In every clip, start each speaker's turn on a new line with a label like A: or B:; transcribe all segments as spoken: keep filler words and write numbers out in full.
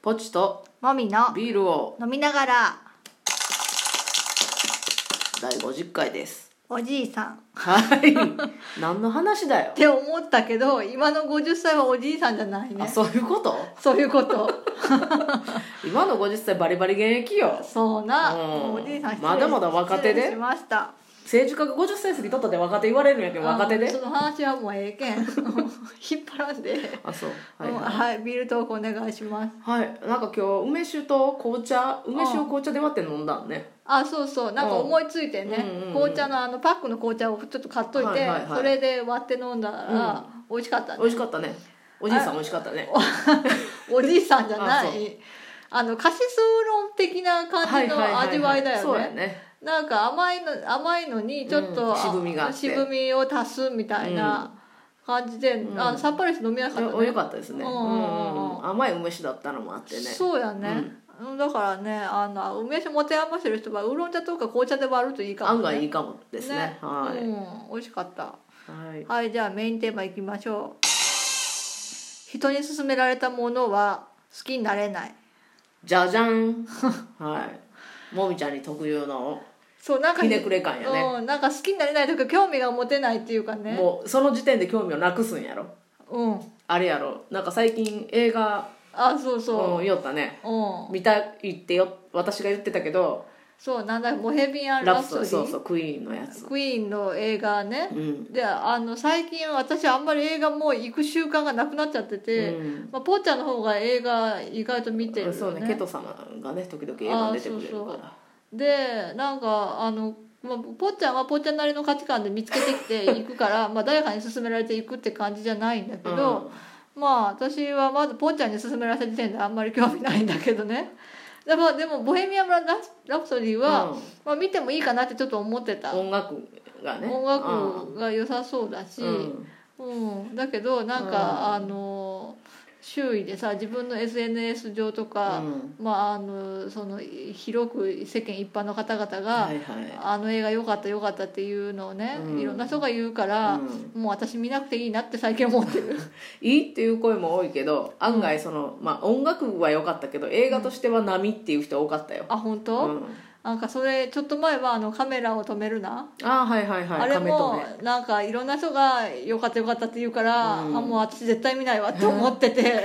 A: ポチと
B: もみの
A: ビールを
B: 飲みながら
A: だいごじゅっかいです。
B: おじいさん
A: はい何の話だよ
B: って思ったけど、今のごじゅっさいはおじいさんじゃないね。
A: あ、そういうこと？
B: そういうこと
A: 今のごじゅっさいバリバリ現役よ。
B: そうな、
A: うん、
B: おじいさん
A: まだまだ若手で
B: 失礼しました。
A: 政治家がごじゅっさい過ぎとったで若手言われるんやけど、若手で
B: その話はもうええけん引っ張らんで。
A: あ、そう、はい
B: はい、はい、ビールトークお願いします。
A: はい。なんか今日梅酒と紅茶、梅酒を紅茶で割って飲んだんね。
B: あ、そうそう、なんか思いついてね、
A: うんうんうん、
B: 紅茶のあのパックの紅茶をちょっと買っといて、はいはいはい、それで割って飲んだら、うん、美味しかったね。
A: 美味しかったね。おじいさん美味しかったね。
B: おじいさんじゃないあ, あのカシスウーロン的な感じの味わいだよね。
A: そうやね。
B: なんか甘いの甘いのにちょっと、うん、
A: 渋みがあって
B: 渋みを足すみたいな感じで、うん、あのさっぱりして飲みやすかったね。
A: よかったですね、うんうんうん、甘い梅酒だったのもあってね。
B: そうやね、うん、だからね、あの梅酒持て余してる人はウーロン茶とか紅茶で割るといいかもね。
A: 案外いいかもですね。ね、はい、
B: うん、美味しかった。はい、
A: はい、
B: じゃあメインテーマいきましょう。人に勧められたものは好きになれない。
A: じゃじゃんはいもみちゃんに特有の
B: そうなんか
A: ひねくれ感やね、
B: うん、なんか好きになれないというか興味が持てないっていうかね。
A: もうその時点で興味をなくすんやろ。
B: うん
A: あれやろ、なんか最近映画
B: あそうそう、
A: うん、言おったね、
B: うん、
A: 見たいってよ私が言ってたけど、
B: そうなんだボヘミアン・ラプソディ、
A: そうそうクイーンのやつ、
B: クイーンの映画ね、
A: うん、で
B: あの最近私あんまり映画もう行く習慣がなくなっちゃってて、うんまあ、ポーちゃんの方が映画意外と見てるよね。
A: そうね、ケト様がね時々映画に出てくれるから。そうそう
B: でなんかあのまあ、ぽっちゃんはぽっちゃんなりの価値観で見つけてきていくからまあ誰かに勧められていくって感じじゃないんだけど、うん、まあ私はまずぽっちゃんに勧められた時点であんまり興味ないんだけどね。だからでもボヘミアン・ラプソディは、うんまあ、見てもいいかなってちょっと思ってた。
A: 音楽がね、
B: 音楽が良さそうだし、うんうん、だけどなんか、うん、あの周囲でさ自分の エスエヌエス 上とか、うんまあ、あのその広く世間一般の方々が、はいはい、あの映画良かった良かったっていうのをね、うん、いろんな人が言うから、うん、もう私見なくていいなって最近思ってる
A: いいっていう声も多いけど案外その、まあ、音楽は良かったけど映画としては波っていう人多かったよ、
B: うん、あ本当、うんなんかそれちょっと前はあのカメラを止めるな
A: あはいはいはい
B: あれもなんかいろんな人が良かった良かったって言うから、うん、あもう私絶対見ないわって思ってて、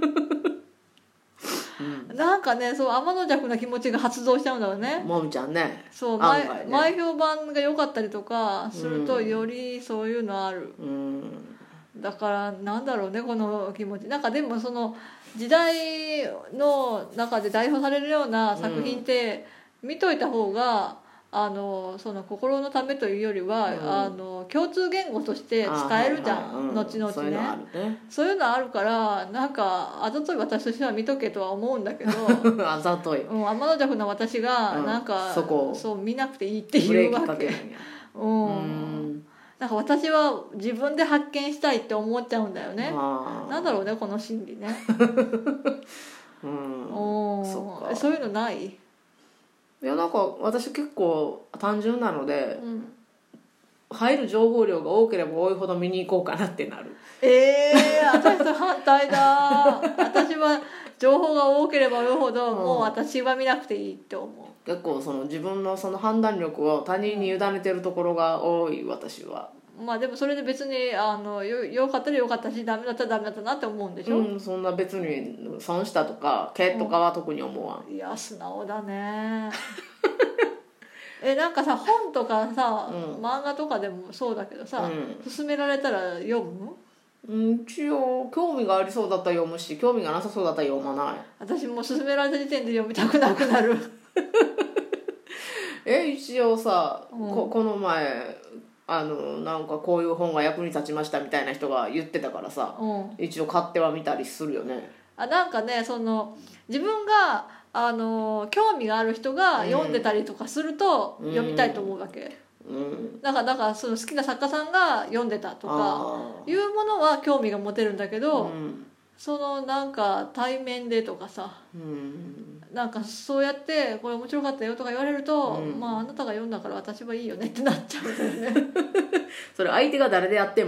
B: うん、なんかねそう天の弱な気持ちが発動しちゃうんだよね。
A: もみちゃんね
B: そう、ね、前, 前評判が良かったりとかするとよりそういうのある、うん、だからなんだろうねこの気持ち。なんかでもその時代の中で代表されるような作品って、うん見といた方があのその心のためというよりは、うん、あの共通言語として使えるじゃん、はいはいうん、後々ね。そういうのあるね。そういうのあるからなんかあざとい私としては見とけとは思うんだけど
A: あざとい、
B: うん、天の弱な私がなんか、うん、そこそう見なくていいっていうわけ。うん、うんなんか私は自分で発見したいって思っちゃうんだよね。なんだろうねこの心理ねうん、そっかそういうのない？
A: いやなんか私結構単純なので、うん、入る情報量が多ければ多いほど見に行こうかなってなる。
B: ええー、私と反対だ私は情報が多ければ多いほど、うん、もう私は見なくていいって思う。
A: 結構その自分のその判断力を他人に委ねてるところが多い私は。
B: まあでもそれで別にあの よ, よかったらよかったしダメだったらダメだったなって思うんでしょ。
A: うんそんな別に損したとかけとかは特に思わん、
B: うん、いや素直だねえなんかさ本とかさ、うん、漫画とかでもそうだけどさ、うん、勧められたら読む？
A: 一応興味がありそうだったら読むし興味がなさそうだったら読まない。
B: 私もう勧められた時点で読みたくなくなる
A: え一応さ、うん、こ, この前あのなんかこういう本が役に立ちましたみたいな人が言ってたからさ、うん、一応買ってはみたりするよね。
B: あなんかねその自分があの興味がある人が読んでたりとかすると読みたいと思うわけ、うん、だからだからその好きな作家さんが読んでたとかいうものは興味が持てるんだけど、うん、そのなんか対面でとかさ、うん、なんかそうやってこれ面白かったよとか言われると、うん、まああなたが読んだから私はいいよねってなっちゃうんだよね
A: それ相手が誰でやっても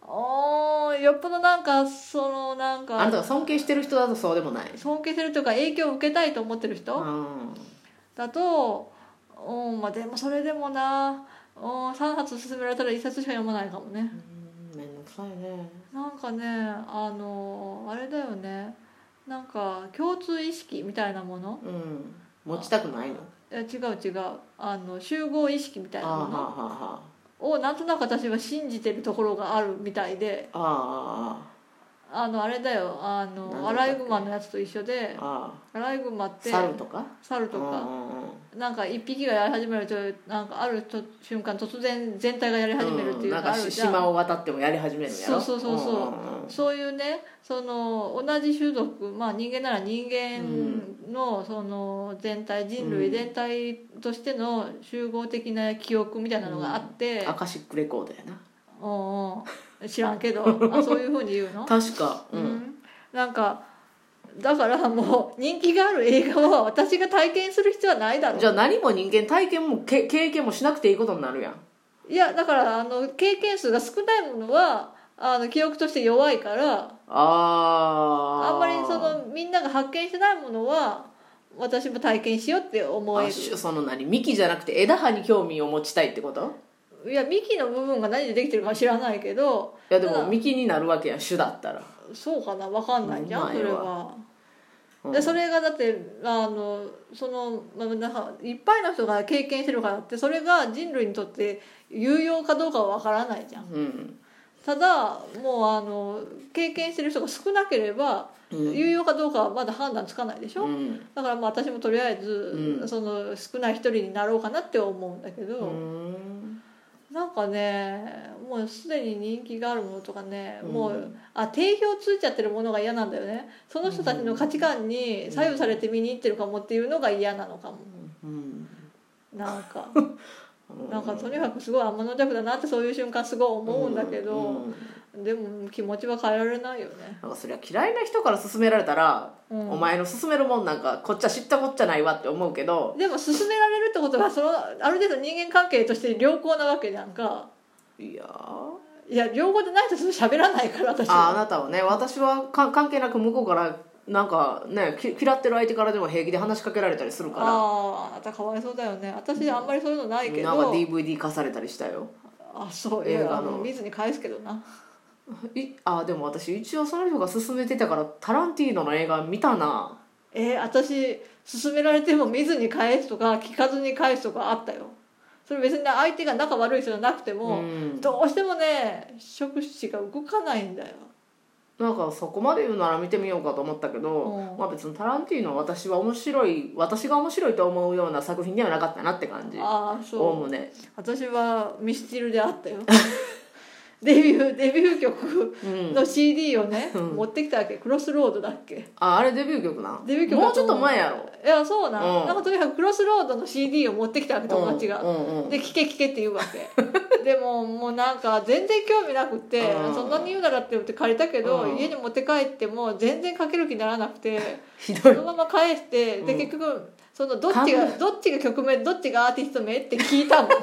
B: およっぽどなんかそのなんか
A: あなたが尊敬してる人だとそうでもない？
B: 尊敬するというか影響を受けたいと思ってる人、うん、だと、うんまあ、でもそれでもな、うん、さんさつ勧められたらいっさつしか読まないかもね。
A: うんめんどくさいね。
B: なんかねあのあれだよね、なんか共通意識みたいなもの、
A: うん、持ちたくないの？
B: いや違う違うあの集合意識みたいなもの、あーはーはーはーをなんとなく私は信じてるところがあるみたいで、あああのあれだよあのアライグマのやつと一緒で、あアライグマって
A: 猿とか
B: 猿とかなんか一匹がやり始めるとなんかあると瞬間突然全体がやり始めるっていうのがあるじゃん、うん、なんか
A: 島を渡ってもやり始めるんやろ。
B: そうそうそうそう、うん、そういうねその同じ種族、まあ、人間なら人間のその全体人類全体としての集合的な記憶みたいなのがあって、
A: うん、アカシックレコードやな。
B: おう知らんけどあそういうふうに言うの
A: 確か、うん、
B: うん、なんかだからもう人気がある映画は私が体験する必要はないだろう。
A: じゃあ何も人間体験もけ経験もしなくていいことになるやん。
B: いやだからあの経験数が少ないものはあの記憶として弱いから、ああんまりそのみんなが発見してないものは私も体験しようって思える。
A: その何幹じゃなくて枝葉に興味を持ちたいってこと？
B: いや幹の部分が何でできてるか知らないけど、
A: いやでも幹になるわけや種だったら。
B: そうかな分かんないじゃんそれは、うん、でそれがだってあのそのなんかいっぱいの人が経験してるからってそれが人類にとって有用かどうかは分からないじゃん、うん、ただもうあの経験してる人が少なければ、うん、有用かどうかはまだ判断つかないでしょ、うん、だからまあ私もとりあえず、うん、その少ない一人になろうかなって思うんだけど、うんなんかねもうすでに人気があるものとかね、うん、もうあ定評ついちゃってるものが嫌なんだよね。その人たちの価値観に左右されて見に行ってるかもっていうのが嫌なのかも、うん、なんかなんかとにかくすごい天の弱だなってそういう瞬間すごい思うんだけど、うんうん、でも気持ちは変えられないよね。
A: なんかそれは嫌いな人から勧められたら、うん、お前の勧めるもんなんかこっちは知ったこっちゃないわって思うけど、
B: でも勧められるってことはそのある程度人間関係として良好なわけじゃんか。
A: いや
B: いや良好でない人と喋らないから私
A: は。ああなたはね私はか関係なく向こうからなんかね嫌ってる相手からでも平気で話しかけられたりするから。あ
B: ああなたかわいそうだよね。私あんまりそういうのないけど、
A: なんか ディーブイディー 化されたりしたよ。
B: あそう映画の見ずに返すけどな。
A: いあでも私一応その人が勧めてたからタランティーノの映画見たな。
B: えー、私勧められても見ずに返すとか聞かずに返すとかあったよ。それ別に相手が仲悪い人じゃなくても、うん、どうしてもね触手が動かないんだよ。
A: なんかそこまで言うなら見てみようかと思ったけど、うん、まあ別にタランティーノは私は面白い私が面白いと思うような作品ではなかったなって感じ。
B: ああそう。
A: おおむね
B: 私はミスチルであったよ。デビューデビュー曲の シーディー をね、うん、持ってきたわけ。クロスロードだっけ。
A: ああれデビュー曲な。
B: デビュー曲
A: もうちょっと前やろ。
B: いやそうな、うん、なんかとにかくクロスロードの シーディー を持ってきたわけ友達が、うんうんうん、で聴け聴けって言うわけでももうなんか全然興味なくて、うん、そんなに言うならって言って借りたけど、うん、家に持って帰っても全然かける気にならなくて
A: ひどい
B: そのまま返してで結局そのどっちがどっちが曲名どっちがアーティスト名って聞いたもん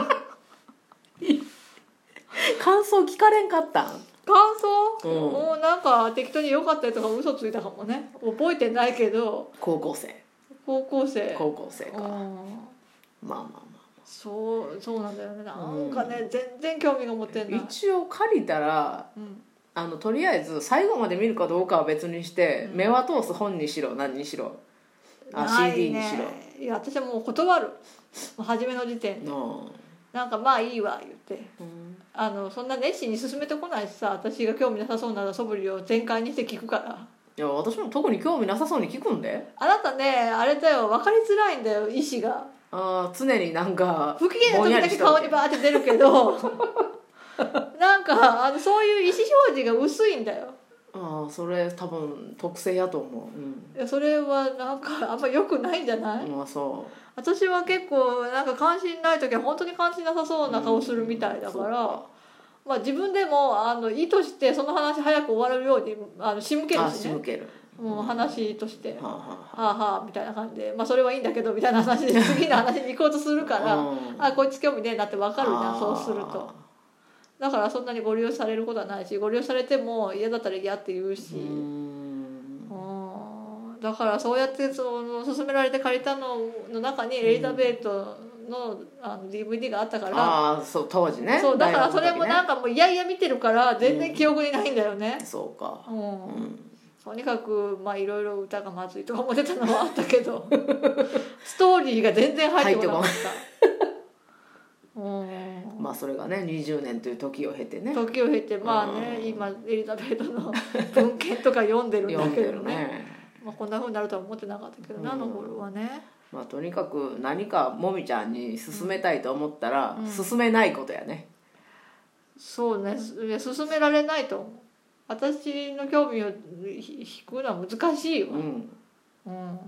A: 感想聞かれんかったん？
B: 感想、うん、もうなんか適当に良かったりとか嘘ついたかもね覚えてないけど。
A: 高校生
B: 高校生
A: 高校生か、うん、まあまあまあ
B: そうそうなんだよねなんかね、うん、全然興味が持ってんな。
A: 一応借りたら、うん、あのとりあえず最後まで見るかどうかは別にして、うん、目は通す本にしろ何にしろあ シーディー にしろ。
B: いや私はもう断る初めの時点で、うん、なんかまあいいわ言って、うん、あのそんな熱心に進めてこないしさ私が興味なさそうな素振りを全開にして聞くから。
A: いや私も特に興味なさそうに聞くんで。
B: あなたねあれだよ分かりづらいんだよ意思が。
A: あ常になんか
B: 不機嫌な時だけ顔にバーって出るけどなんかあのそういう意思表示が薄いんだよ。
A: ああそれ多分特性やと思う、うん、
B: いやそれはなんかあんま良くないんじゃない？
A: まあそう
B: 私は結構なんか関心ない時は本当に関心なさそうな顔するみたいだから、うん、まあ自分でもあの意図してその話早く終わるようにあの仕向けるしね。あ仕向けるもう話として、はあはあ、はあはあみたいな感じで、まあそれはいいんだけどみたいな話で次の話に行こうとするから、うん、あこいつ興味ねえなって分かるじゃんそうすると。 だからそんなにご利用されることはないし、ご利用されても嫌だったら嫌って言うし、
A: うーん
B: うんだからそうやってその勧められて借りたのの中にエリザベートの、あの ディーブイディー があったから、
A: ああそう当時ね。
B: そうだからそれもなん
A: か
B: かもういやいや見てるから全然記憶にないんだよね、
A: そうか、
B: うん
A: うん
B: とにかくまあいろいろ歌がまずいとか思ってたのはあったけどストーリーが全然入ってこなかったうん
A: まあそれがねにじゅうねんという時を経てね
B: 時を経てまあね、
A: うん
B: 今エリザベートの文献とか読んでるんだ
A: 読ん
B: けどね
A: でるね、
B: まあ、こんな風になるとは思ってなかったけどね、
A: うん
B: あの頃はね。
A: まあ、とにかく何かもみちゃんに勧めたいと思ったら、
B: うん
A: 勧めないことやね。
B: そうね、いや勧められないと思う。私の興味を引くのは難しいわ、
A: うん
B: うん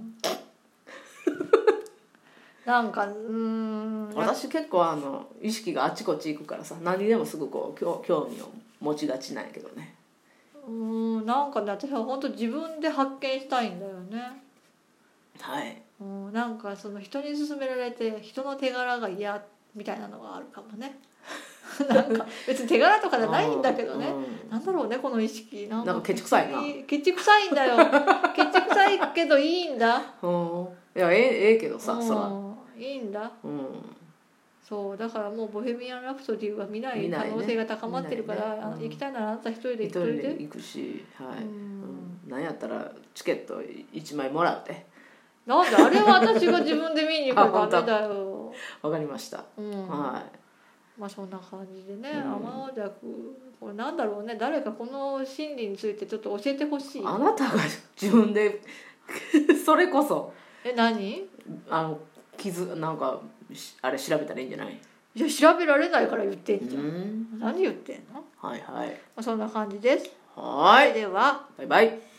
B: なんかうーん
A: 私結構あの意識があっちこっち行くからさ、何でもすぐこう興興味を持ちがちなんやけどね。
B: うーんなんかね、私は本当自分で発見したいんだよね。
A: はい。
B: うん、なんかその人に勧められて人の手柄が嫌みたいなのがあるかもねなんか別に手柄とかじゃないんだけどね、
A: うん
B: なんだろうねこの意識なん
A: なんかケチくさいな。
B: ケチくさいんだよケチくさいけどいいんだ。
A: うんいやええええけどさ、
B: うん
A: そら、
B: いいんだ。
A: うん
B: そうだからもう「ボヘミアン・ラプソディ」は見ない可
A: 見ないね
B: 能性が高まってるから、
A: 見ないねうん
B: 行きたいならあなた一人で
A: 一
B: 行っといて。
A: 人で行くし、はい、
B: う
A: うんんなんやったらチケットいちまいもらって
B: なんであれは私が自分で見に行くからダメだよ。
A: わかりました、
B: うん
A: は
B: まあそんな感じでね、
A: うん
B: 天の弱これなんだろうね、誰かこの心理についてちょっと教えてほしい。
A: い。あなたが自分でそれこそ
B: え何
A: あの傷なんかしあれ調べたらいいんじゃない？
B: いや調べられないから言ってんじゃん、
A: うん、
B: 何言ってんの。
A: はいはい、
B: まあそんな感じです。
A: はーい、
B: では
A: バイバイ。